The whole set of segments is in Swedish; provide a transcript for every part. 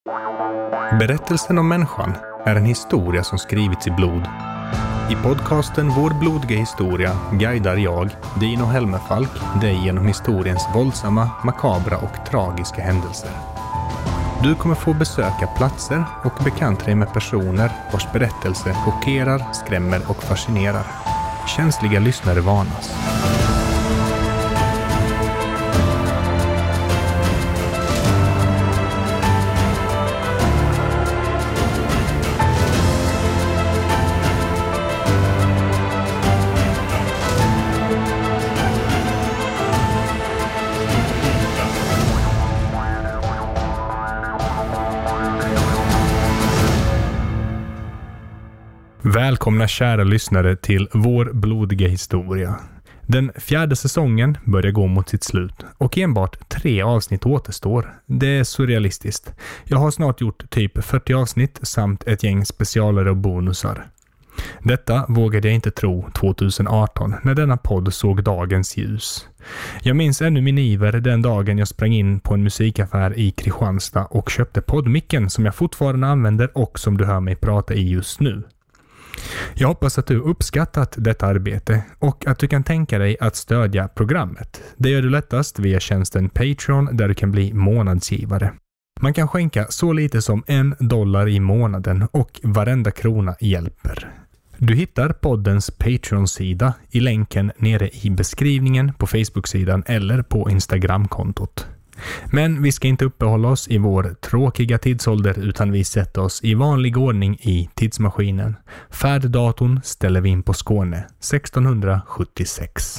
Berättelsen om människan är en historia som skrivits i blod. I podcasten Vår blodiga historia guidar jag, Dino Helmerfalk, dig genom historiens våldsamma, makabra och tragiska händelser. Du kommer få besöka platser och bekanta dig med personer vars berättelse chockerar, skrämmer och fascinerar. Känsliga lyssnare varnas. Välkomna kära lyssnare till Vår blodiga historia. Den 4:e säsongen börjar gå mot sitt slut och enbart 3 avsnitt återstår. Det är surrealistiskt. Jag har snart gjort typ 40 avsnitt samt ett gäng specialare och bonusar. Detta vågade jag inte tro 2018 när denna podd såg dagens ljus. Jag minns ännu min iver den dagen jag sprang in på en musikaffär i Kristianstad och köpte poddmicken som jag fortfarande använder och som du hör mig prata i just nu. Jag hoppas att du uppskattat detta arbete och att du kan tänka dig att stödja programmet. Det gör du lättast via tjänsten Patreon där du kan bli månadsgivare. Man kan skänka så lite som $1 i månaden och varenda krona hjälper. Du hittar poddens Patreon-sida i länken nere i beskrivningen på Facebook-sidan eller på Instagram-kontot. Men vi ska inte uppehålla oss i vår tråkiga tidsålder utan vi sätter oss i vanlig ordning i tidsmaskinen. Färddatorn ställer vi in på Skåne 1676.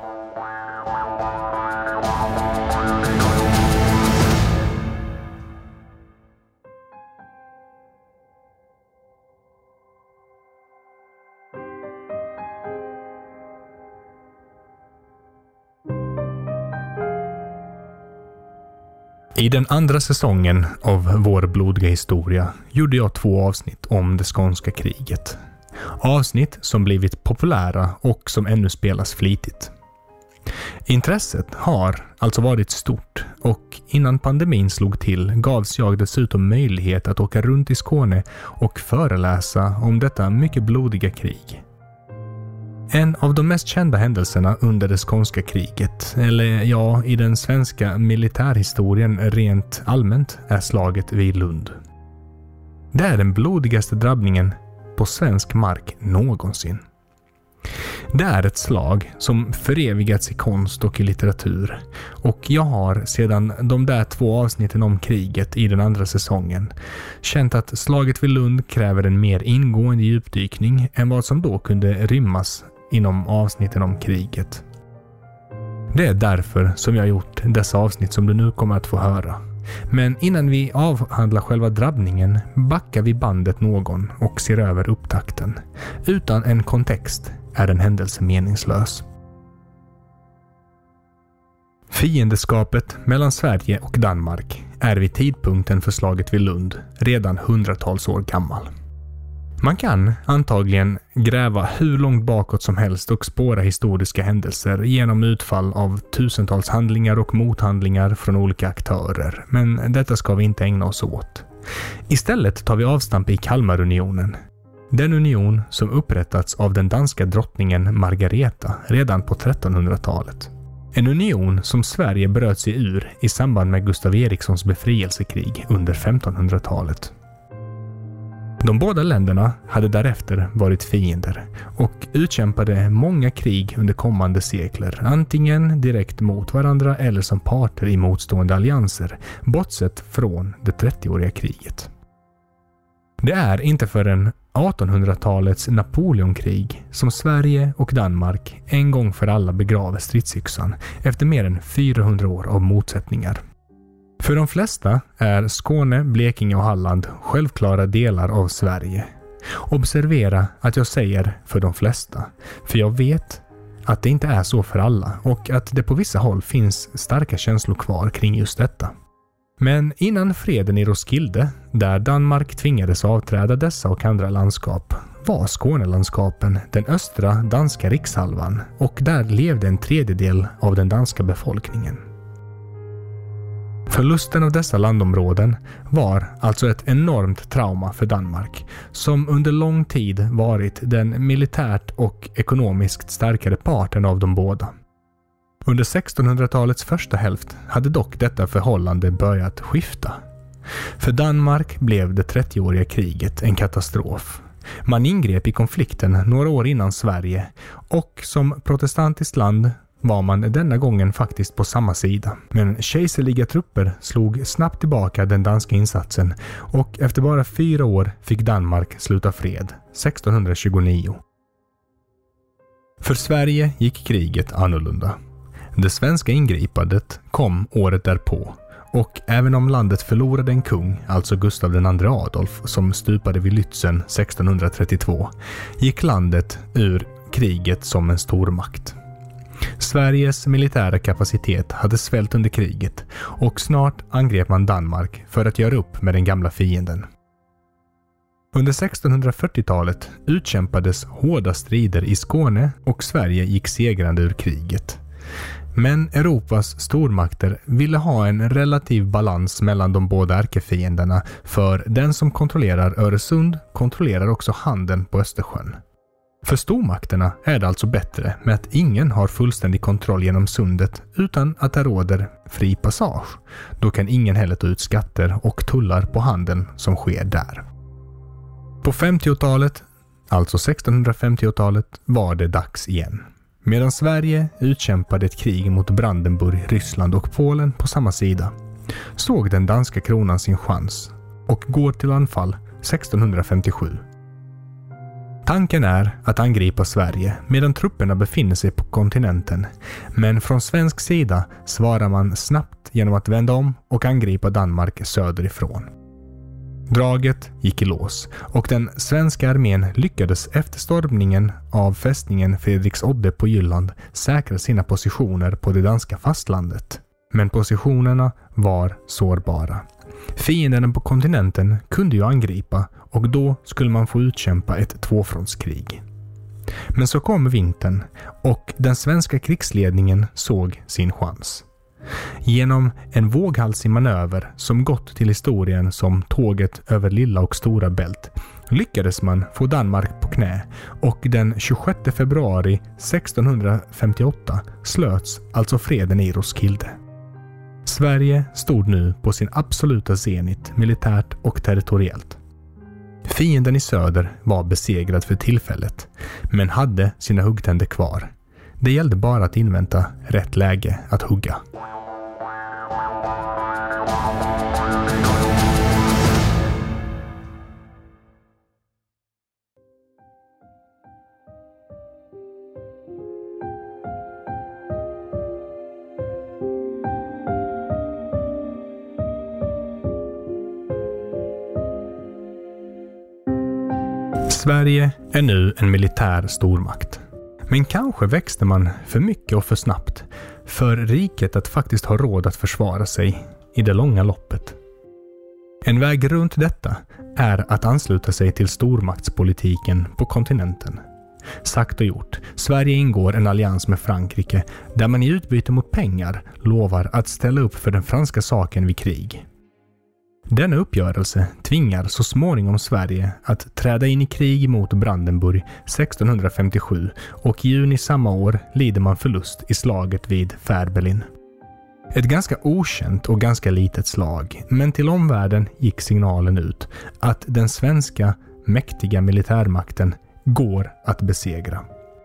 I den andra säsongen av Vår blodiga historia gjorde jag 2 avsnitt om det skånska kriget. Avsnitt som blivit populära och som ännu spelas flitigt. Intresset har alltså varit stort och innan pandemin slog till gavs jag dessutom möjlighet att åka runt i Skåne och föreläsa om detta mycket blodiga krig. En av de mest kända händelserna under det skånska kriget, eller ja, i den svenska militärhistorien rent allmänt, är slaget vid Lund. Det är den blodigaste drabbningen på svensk mark någonsin. Det är ett slag som förevigats i konst och i litteratur och jag har sedan de där 2 avsnitten om kriget i den andra säsongen känt att slaget vid Lund kräver en mer ingående djupdykning än vad som då kunde rymmas inom avsnitten om kriget. Det är därför som jag har gjort dessa avsnitt som du nu kommer att få höra. Men innan vi avhandlar själva drabbningen backar vi bandet någon och ser över upptakten. Utan en kontext är en händelse meningslös. Fiendeskapet mellan Sverige och Danmark är vid tidpunkten för slaget vid Lund redan hundratals år gammal. Man kan antagligen gräva hur långt bakåt som helst och spåra historiska händelser genom utfall av tusentals handlingar och mothandlingar från olika aktörer, men detta ska vi inte ägna oss åt. Istället tar vi avstamp i Kalmarunionen. Den union som upprättats av den danska drottningen Margareta redan på 1300-talet. En union som Sverige bröt sig ur i samband med Gustav Erikssons befrielsekrig under 1500-talet. De båda länderna hade därefter varit fiender och utkämpade många krig under kommande sekler, antingen direkt mot varandra eller som parter i motstående allianser, bortsett från det 30-åriga kriget. Det är inte förrän 1800-talets Napoleonkrig som Sverige och Danmark en gång för alla begraver stridsyxan efter mer än 400 år av motsättningar. För de flesta är Skåne, Blekinge och Halland självklara delar av Sverige. Observera att jag säger för de flesta, för jag vet att det inte är så för alla och att det på vissa håll finns starka känslor kvar kring just detta. Men innan freden i Roskilde, där Danmark tvingades avträda dessa och andra landskap, var Skånelandskapen den östra danska rikshalvan och där levde en tredjedel av den danska befolkningen. Förlusten av dessa landområden var alltså ett enormt trauma för Danmark, som under lång tid varit den militärt och ekonomiskt starkare parten av de båda. Under 1600-talets första hälft hade dock detta förhållande börjat skifta. För Danmark blev det 30-åriga kriget en katastrof. Man ingrep i konflikten några år innan Sverige, och som protestantiskt land var man denna gången faktiskt på samma sida. Men kejserliga trupper slog snabbt tillbaka den danska insatsen, och efter bara 4 år fick Danmark sluta fred 1629. För Sverige gick kriget annorlunda. Det svenska ingripandet kom året därpå, och även om landet förlorade en kung, alltså Gustav II Adolf, som stupade vid Lützen 1632, gick landet ur kriget som en stormakt. Sveriges militära kapacitet hade svällt under kriget, och snart angrep man Danmark för att göra upp med den gamla fienden. Under 1640-talet utkämpades hårda strider i Skåne, och Sverige gick segrande ur kriget. Men Europas stormakter ville ha en relativ balans mellan de båda ärkefienderna, för den som kontrollerar Öresund kontrollerar också handeln på Östersjön. För stormakterna är det alltså bättre med att ingen har fullständig kontroll genom sundet, utan att det råder fri passage. Då kan ingen heller ta ut skatter och tullar på handeln som sker där. På 50-talet, alltså 1650-talet, var det dags igen. Medan Sverige utkämpade ett krig mot Brandenburg, Ryssland och Polen på samma sida, såg den danska kronan sin chans och går till anfall 1657. Tanken är att angripa Sverige medan trupperna befinner sig på kontinenten, men från svensk sida svarar man snabbt genom att vända om och angripa Danmark söderifrån. Draget gick i lås, och den svenska armén lyckades efter stormningen av fästningen Fredriksodde på Jylland säkra sina positioner på det danska fastlandet. Men positionerna var sårbara. Fienderna på kontinenten kunde ju angripa, och då skulle man få utkämpa ett tvåfrontskrig. Men så kom vintern, och den svenska krigsledningen såg sin chans. Genom en våghalsig manöver som gått till historien som tåget över Lilla och Stora Bält lyckades man få Danmark på knä, och den 26 februari 1658 slöts alltså freden i Roskilde. Sverige stod nu på sin absoluta zenit militärt och territoriellt. Fienden i söder var besegrad för tillfället, men hade sina huggtänder kvar. Det gällde bara att invänta rätt läge att hugga. Sverige är nu en militär stormakt. Men kanske växte man för mycket och för snabbt för riket att faktiskt ha råd att försvara sig i det långa loppet. En väg runt detta är att ansluta sig till stormaktspolitiken på kontinenten. Sagt och gjort, Sverige ingår en allians med Frankrike där man i utbyte mot pengar lovar att ställa upp för den franska saken vid krig. Denna uppgörelse tvingar så småningom Sverige att träda in i krig mot Brandenburg 1657, och i juni samma år lider man förlust i slaget vid Färbelin. Ett ganska okänt och ganska litet slag, men till omvärlden gick signalen ut att den svenska mäktiga militärmakten går att besegra.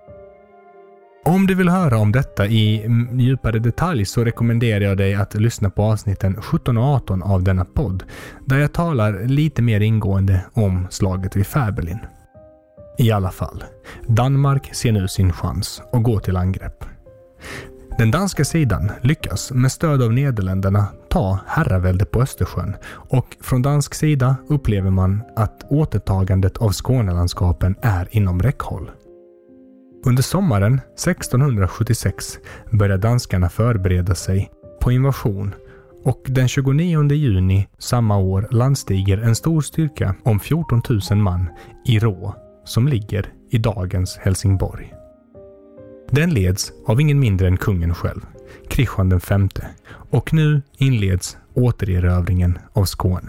Om du vill höra om detta i djupare detalj så rekommenderar jag dig att lyssna på avsnitten 17 och 18 av denna podd, där jag talar lite mer ingående om slaget vid Färbelin. I alla fall, Danmark ser nu sin chans och går till angrepp. Den danska sidan lyckas med stöd av Nederländerna ta herravälde på Östersjön, och från dansk sida upplever man att återtagandet av Skånelandskapen är inom räckhåll. Under sommaren 1676 börjar danskarna förbereda sig på invasion, och den 29 juni samma år landstiger en stor styrka om 14 000 man i Rå, som ligger i dagens Helsingborg. Den leds av ingen mindre än kungen själv, Kristian V, och nu inleds återerövringen av Skåne.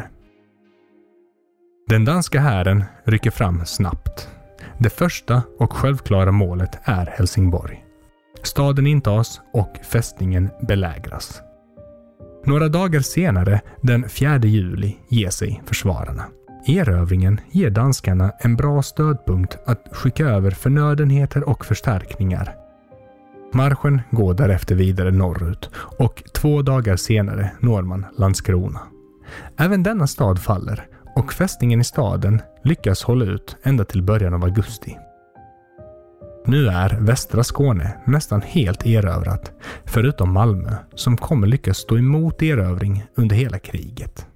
Den danska hären rycker fram snabbt. Det första och självklara målet är Helsingborg. Staden intas och fästningen belägras. Några dagar senare, den 4 juli, ger sig försvararna. Erövringen ger danskarna en bra stödpunkt att skicka över förnödenheter och förstärkningar. Marschen går därefter vidare norrut och 2 dagar senare når man Landskrona. Även denna stad faller och fästningen i staden lyckas hålla ut ända till början av augusti. Nu är västra Skåne nästan helt erövrat, förutom Malmö som kommer lyckas stå emot erövring under hela kriget.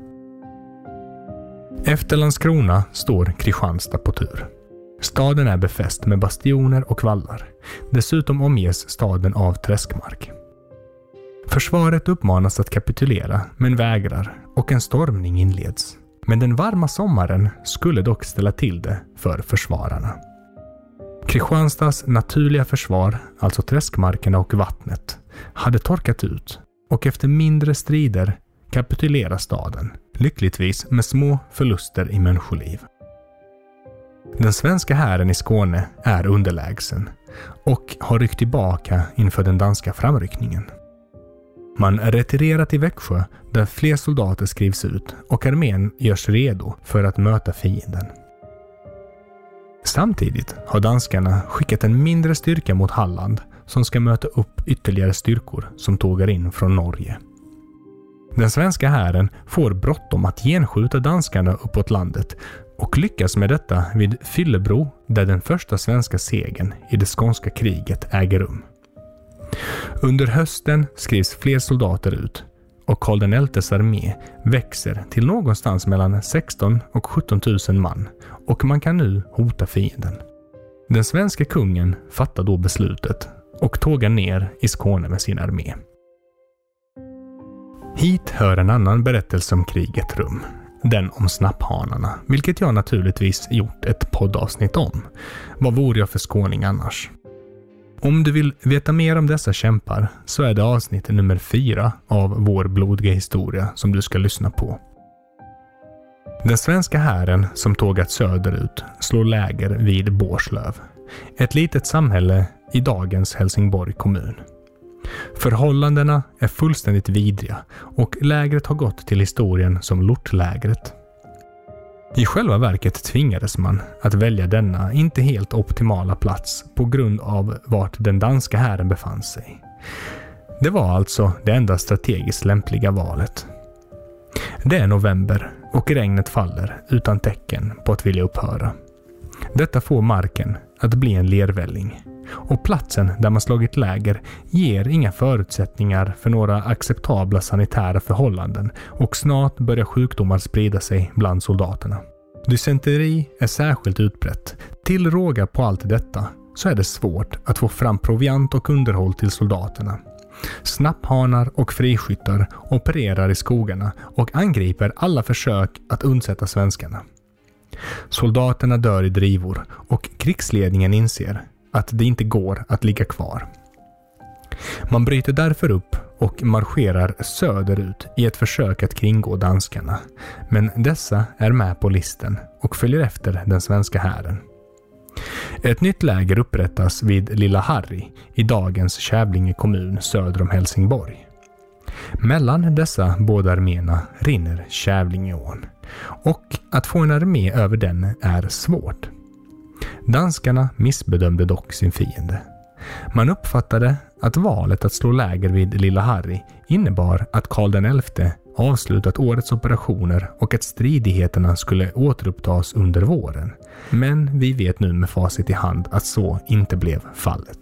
Efter Landskrona står Kristianstad på tur. Staden är befäst med bastioner och vallar. Dessutom omges staden av träskmark. Försvaret uppmanas att kapitulera men vägrar och en stormning inleds. Men den varma sommaren skulle dock ställa till det för försvararna. Kristianstads naturliga försvar, alltså träskmarkerna och vattnet, hade torkat ut och efter mindre strider kapitulerar staden, lyckligtvis med små förluster i människoliv. Den svenska hären i Skåne är underlägsen och har ryckt tillbaka inför den danska framryckningen. Man retirerar till Växjö där fler soldater skrivs ut och armén görs redo för att möta fienden. Samtidigt har danskarna skickat en mindre styrka mot Halland som ska möta upp ytterligare styrkor som tågar in från Norge. Den svenska hären får bråttom att genskjuta danskarna uppåt landet och lyckas med detta vid Fyllebro där den första svenska segern i det skånska kriget äger rum. Under hösten skrivs fler soldater ut och Karl XI:s armé växer till någonstans mellan 16 och 17 000 man och man kan nu hota fienden. Den svenska kungen fattar då beslutet och tågar ner i Skåne med sin armé. Hit hör en annan berättelse om kriget rum, den om snapphanarna, vilket jag naturligtvis gjort ett poddavsnitt om. Vad vore jag för skåning annars? Om du vill veta mer om dessa kämpar så är det avsnitt nummer 4 av vår blodiga historia som du ska lyssna på. Den svenska hären som tågat söderut slår läger vid Bårslöv, ett litet samhälle i dagens Helsingborg kommun. Förhållandena är fullständigt vidriga och lägret har gått till historien som lortlägret. I själva verket tvingades man att välja denna inte helt optimala plats på grund av vart den danska hären befann sig. Det var alltså det enda strategiskt lämpliga valet. Det är november och regnet faller utan tecken på att vilja upphöra. Detta får marken att bli en lervälling och platsen där man slagit läger ger inga förutsättningar för några acceptabla sanitära förhållanden och snart börjar sjukdomar sprida sig bland soldaterna. Dysenteri är särskilt utbrett. Till råga på allt detta så är det svårt att få fram proviant och underhåll till soldaterna. Snapphanar och friskyttar opererar i skogarna och angriper alla försök att undsätta svenskarna. Soldaterna dör i drivor och krigsledningen inser att det inte går att ligga kvar. Man bryter därför upp och marscherar söderut i ett försök att kringgå danskarna, men dessa är med på listen och följer efter den svenska hären. Ett nytt läger upprättas vid Lilla Harry i dagens Kävlinge kommun söder om Helsingborg. Mellan dessa båda arméerna rinner Kävlingeån och att få en armé över den är svårt. Danskarna missbedömde dock sin fiende. Man uppfattade att valet att slå läger vid Lilla Harry innebar att Karl XI avslutat årets operationer och att stridigheterna skulle återupptas under våren. Men vi vet nu med facit i hand att så inte blev fallet.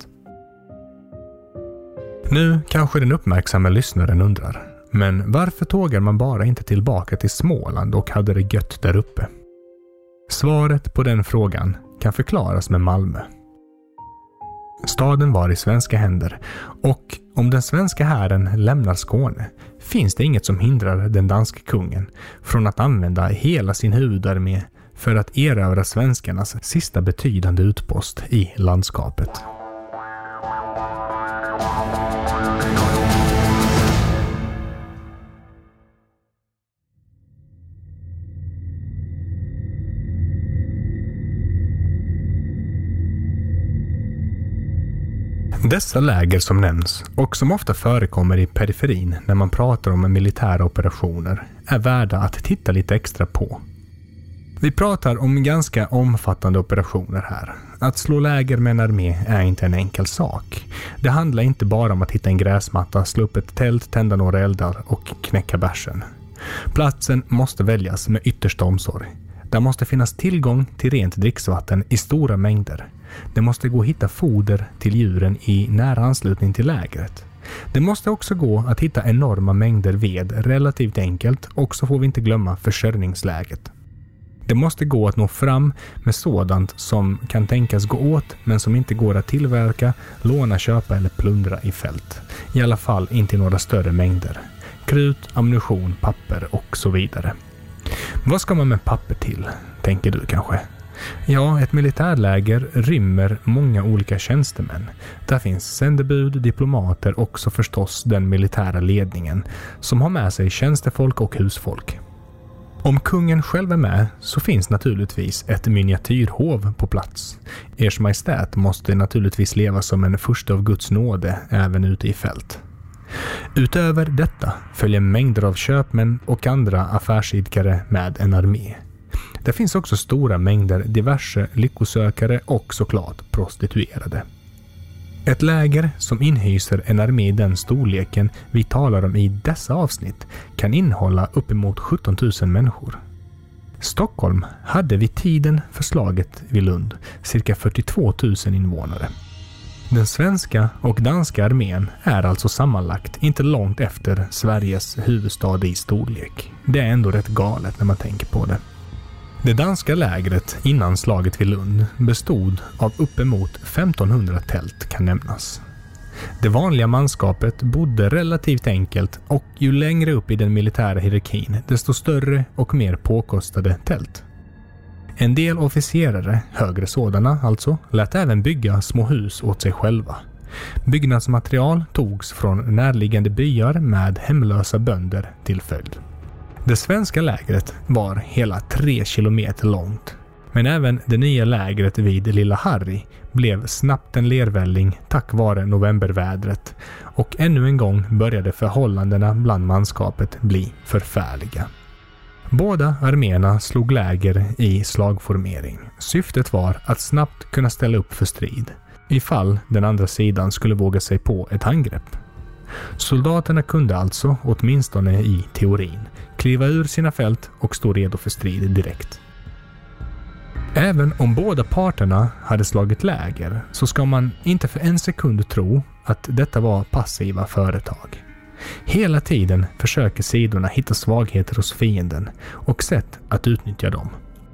Nu kanske den uppmärksamma lyssnaren undrar, men varför tågar man bara inte tillbaka till Småland och hade det gött där uppe? Svaret på den frågan kan förklaras med Malmö. Staden var i svenska händer och om den svenska hären lämnar Skåne finns det inget som hindrar den danska kungen från att använda hela sin huvudarmé för att erövra svenskarnas sista betydande utpost i landskapet. Dessa läger som nämns och som ofta förekommer i periferin när man pratar om militära operationer är värda att titta lite extra på. Vi pratar om ganska omfattande operationer här. Att slå läger med en armé är inte en enkel sak. Det handlar inte bara om att hitta en gräsmatta, slå upp ett tält, tända några eldar och knäcka bärsen. Platsen måste väljas med yttersta omsorg. Där måste finnas tillgång till rent dricksvatten i stora mängder. Det måste gå att hitta foder till djuren i nära anslutning till lägret. Det måste också gå att hitta enorma mängder ved relativt enkelt, och så får vi inte glömma försörjningsläget. Det måste gå att nå fram med sådant som kan tänkas gå åt men som inte går att tillverka, låna, köpa eller plundra i fält. I alla fall inte i några större mängder. Krut, ammunition, papper och så vidare. Vad ska man med papper till, tänker du kanske? Ja, ett militärläger rymmer många olika tjänstemän. Där finns sändebud, diplomater och så förstås den militära ledningen som har med sig tjänstefolk och husfolk. Om kungen själv är med så finns naturligtvis ett miniatyrhov på plats. Ers Majestät måste naturligtvis leva som en första av Guds nåde även ute i fält. Utöver detta följer mängder av köpmän och andra affärsidkare med en armé. Det finns också stora mängder diverse lyckosökare och såklart prostituerade. Ett läger som inhyser en armé i den storleken vi talar om i dessa avsnitt kan innehålla uppemot 17 000 människor. Stockholm hade vid tiden för slaget vid Lund cirka 42 000 invånare. Den svenska och danska armén är alltså sammanlagt inte långt efter Sveriges huvudstad i storlek. Det är ändå rätt galet när man tänker på det. Det danska lägret innan slaget vid Lund bestod av uppemot 1500 tält kan nämnas. Det vanliga manskapet bodde relativt enkelt och ju längre upp i den militära hierarkin desto större och mer påkostade tält. En del officerare, högre sådana alltså, lät även bygga små hus åt sig själva. Byggnadsmaterial togs från närliggande byar med hemlösa bönder till följd. Det svenska lägret var hela 3 kilometer långt. Men även det nya lägret vid Lilla Harry blev snabbt en lervälling tack vare novembervädret. Och ännu en gång började förhållandena bland manskapet bli förfärliga. Båda arméerna slog läger i slagformering. Syftet var att snabbt kunna ställa upp för strid, ifall den andra sidan skulle våga sig på ett angrepp. Soldaterna kunde alltså, åtminstone i teorin, kliva ur sina fält och stå redo för strid direkt. Även om båda parterna hade slagit läger så ska man inte för en sekund tro att detta var passiva företag. Hela tiden försöker sidorna hitta svagheter hos fienden och sätt att utnyttja dem.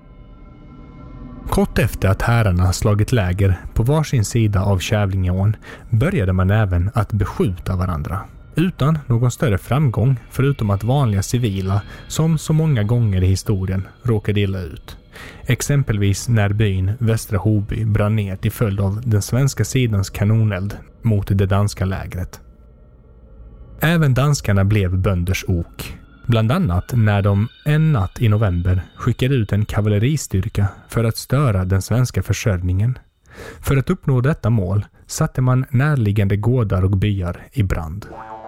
Kort efter att herrarna slagit läger på varsin sida av Kävlingeån började man även att beskjuta varandra. Utan någon större framgång förutom att vanliga civila, som så många gånger i historien, råkade illa ut. Exempelvis när byn Västra Hoby brann ner till följd av den svenska sidans kanoneld mot det danska lägret. Även danskarna blev bönders ok. Bland annat när de en natt i november skickade ut en kavalleristyrka för att störa den svenska försörjningen. För att uppnå detta mål satte man närliggande gårdar och byar i brand.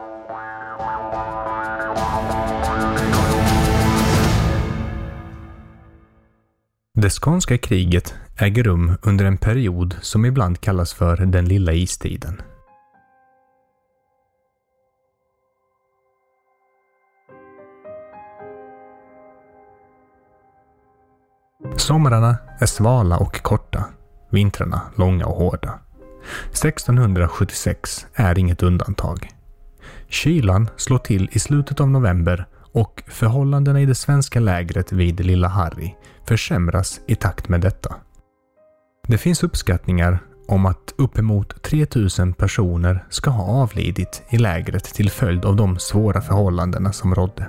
Det skånska kriget äger rum under en period som ibland kallas för den lilla istiden. Somrarna är svala och korta, vintrarna långa och hårda. 1676 är inget undantag. Kylan slår till i slutet av november och förhållandena i det svenska lägret vid Lilla Harry försämras i takt med detta. Det finns uppskattningar om att uppemot 3000 personer ska ha avlidit i lägret till följd av de svåra förhållandena som rådde.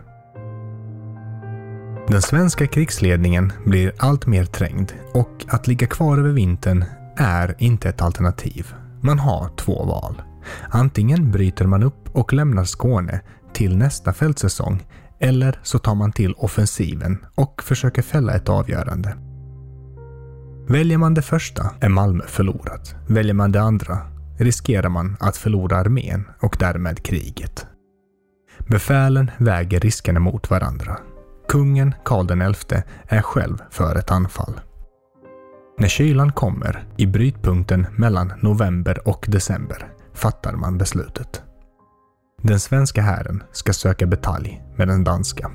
Den svenska krigsledningen blir allt mer trängd och att ligga kvar över vintern är inte ett alternativ. Man har 2 val. Antingen bryter man upp och lämnar Skåne till nästa fältsäsong eller så tar man till offensiven och försöker fälla ett avgörande. Väljer man det första är Malmö förlorat. Väljer man det andra riskerar man att förlora armén och därmed kriget. Befälen väger riskerna mot varandra. Kungen Karl XI är själv för ett anfall. När kylan kommer i brytpunkten mellan november och december fattar man beslutet. Den svenska hären ska söka batalj med den danska.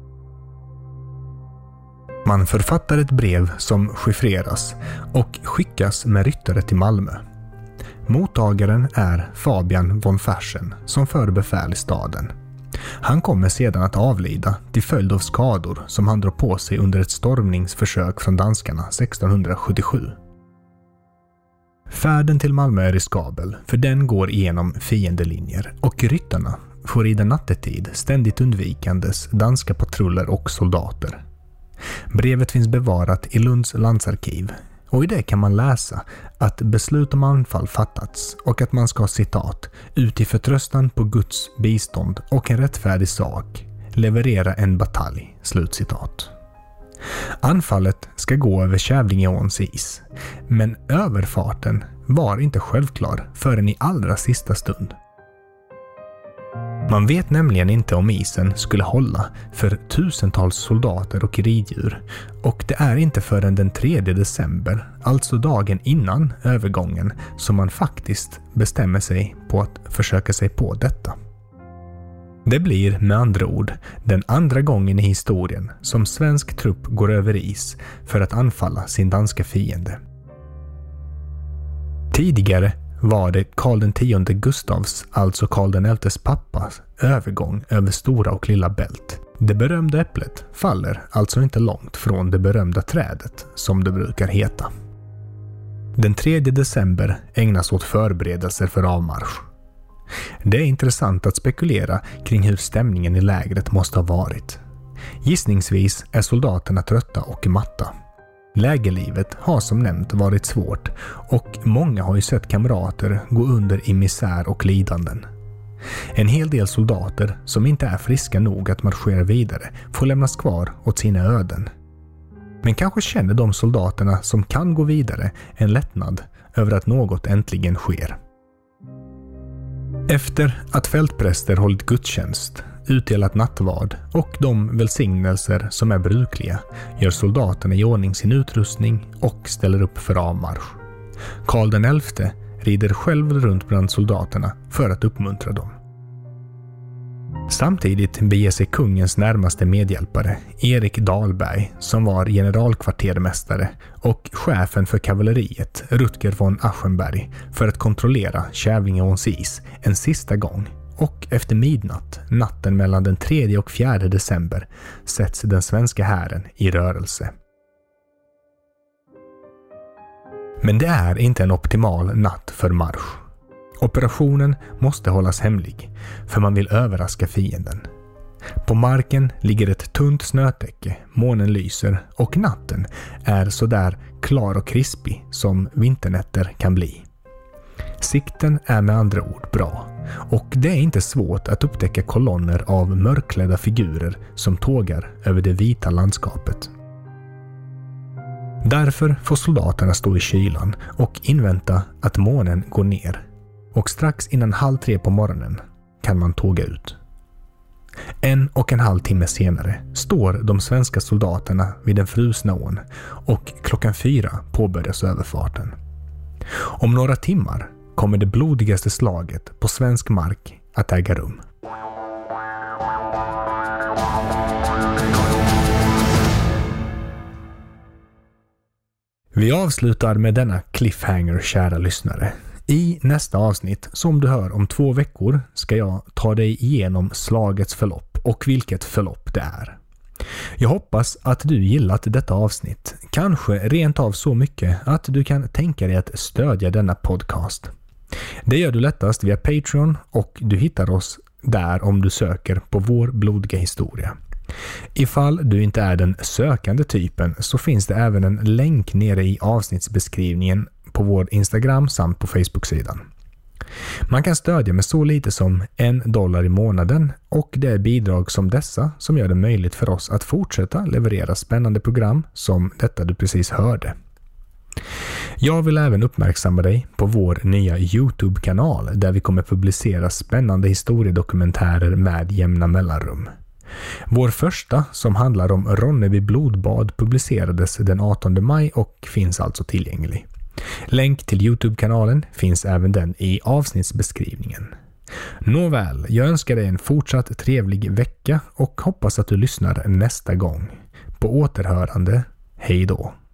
Man författar ett brev som chiffreras och skickas med ryttare till Malmö. Mottagaren är Fabian von Fersen som för befäl i staden. Han kommer sedan att avlida till följd av skador som han drar på sig under ett stormningsförsök från danskarna 1677. Färden till Malmö är riskabel för den går igenom fiendelinjer och ryttarna får rida nattetid ständigt undvikandes danska patruller och soldater. Brevet finns bevarat i Lunds landsarkiv och i det kan man läsa att beslut om anfall fattats och att man ska citat ut i förtröstan på Guds bistånd och en rättfärdig sak leverera en batalj, slutcitat. Anfallet ska gå över Kävlingeåns is, men överfarten var inte självklar förrän i allra sista stund. Man vet nämligen inte om isen skulle hålla för tusentals soldater och riddjur och det är inte förrän den 3 december, alltså dagen innan övergången, som man faktiskt bestämmer sig på att försöka sig på detta. Det blir med andra ord den andra gången i historien som svensk trupp går över is för att anfalla sin danska fiende. Tidigare var det Karl X Gustavs, alltså Karl XI:s pappas, övergång över Stora och Lilla Bält. Det berömda äpplet faller alltså inte långt från det berömda trädet, som det brukar heta. Den 3 december ägnas åt förberedelser för avmarsch. Det är intressant att spekulera kring hur stämningen i lägret måste ha varit. Gissningsvis är soldaterna trötta och matta. Lägerlivet har som nämnt varit svårt och många har ju sett kamrater gå under i misär och lidanden. En hel del soldater som inte är friska nog att marschera vidare får lämnas kvar åt sina öden. Men kanske känner de soldaterna som kan gå vidare en lättnad över att något äntligen sker. Efter att fältpräster hållit gudstjänst, utdelat nattvard och de välsignelser som är brukliga gör soldaterna i ordning sin utrustning och ställer upp för avmarsch. Karl XI rider själv runt bland soldaterna för att uppmuntra dem. Samtidigt beger sig kungens närmaste medhjälpare, Erik Dahlberg, som var generalkvartermästare, och chefen för kavalleriet, Rutger von Aschenberg, för att kontrollera Kävlingeåns is en sista gång. Och efter midnatt, natten mellan den 3 och 4 december, sätts den svenska hären i rörelse. Men det är inte en optimal natt för marsch. Operationen måste hållas hemlig, för man vill överraska fienden. På marken ligger ett tunt snötäcke, månen lyser och natten är så där klar och krispig som vinternätter kan bli. Sikten är med andra ord bra och det är inte svårt att upptäcka kolonner av mörkklädda figurer som tågar över det vita landskapet. Därför får soldaterna stå i kylan och invänta att månen går ner. Och strax innan 2:30 på morgonen kan man tåga ut. 1,5 timme senare står de svenska soldaterna vid den frusna ån och 4:00 påbörjas överfarten. Om några timmar kommer det blodigaste slaget på svensk mark att äga rum. Vi avslutar med denna cliffhanger, kära lyssnare. I nästa avsnitt, som du hör om 2 veckor, ska jag ta dig igenom slagets förlopp och vilket förlopp det är. Jag hoppas att du gillat detta avsnitt, kanske rent av så mycket att du kan tänka dig att stödja denna podcast. Det gör du lättast via Patreon och du hittar oss där om du söker på vår blodiga historia. Ifall du inte är den sökande typen så finns det även en länk nere i avsnittsbeskrivningen på vår Instagram samt på Facebook-sidan. Man kan stödja med så lite som $1 i månaden och det är bidrag som dessa som gör det möjligt för oss att fortsätta leverera spännande program som detta du precis hörde. Jag vill även uppmärksamma dig på vår nya YouTube-kanal där vi kommer publicera spännande historiedokumentärer med jämna mellanrum. Vår första, som handlar om Ronneby blodbad, publicerades den 18 maj och finns alltså tillgänglig. Länk till YouTube-kanalen finns även den i avsnittsbeskrivningen. Nåväl, jag önskar dig en fortsatt trevlig vecka och hoppas att du lyssnar nästa gång. På återhörande, hej då!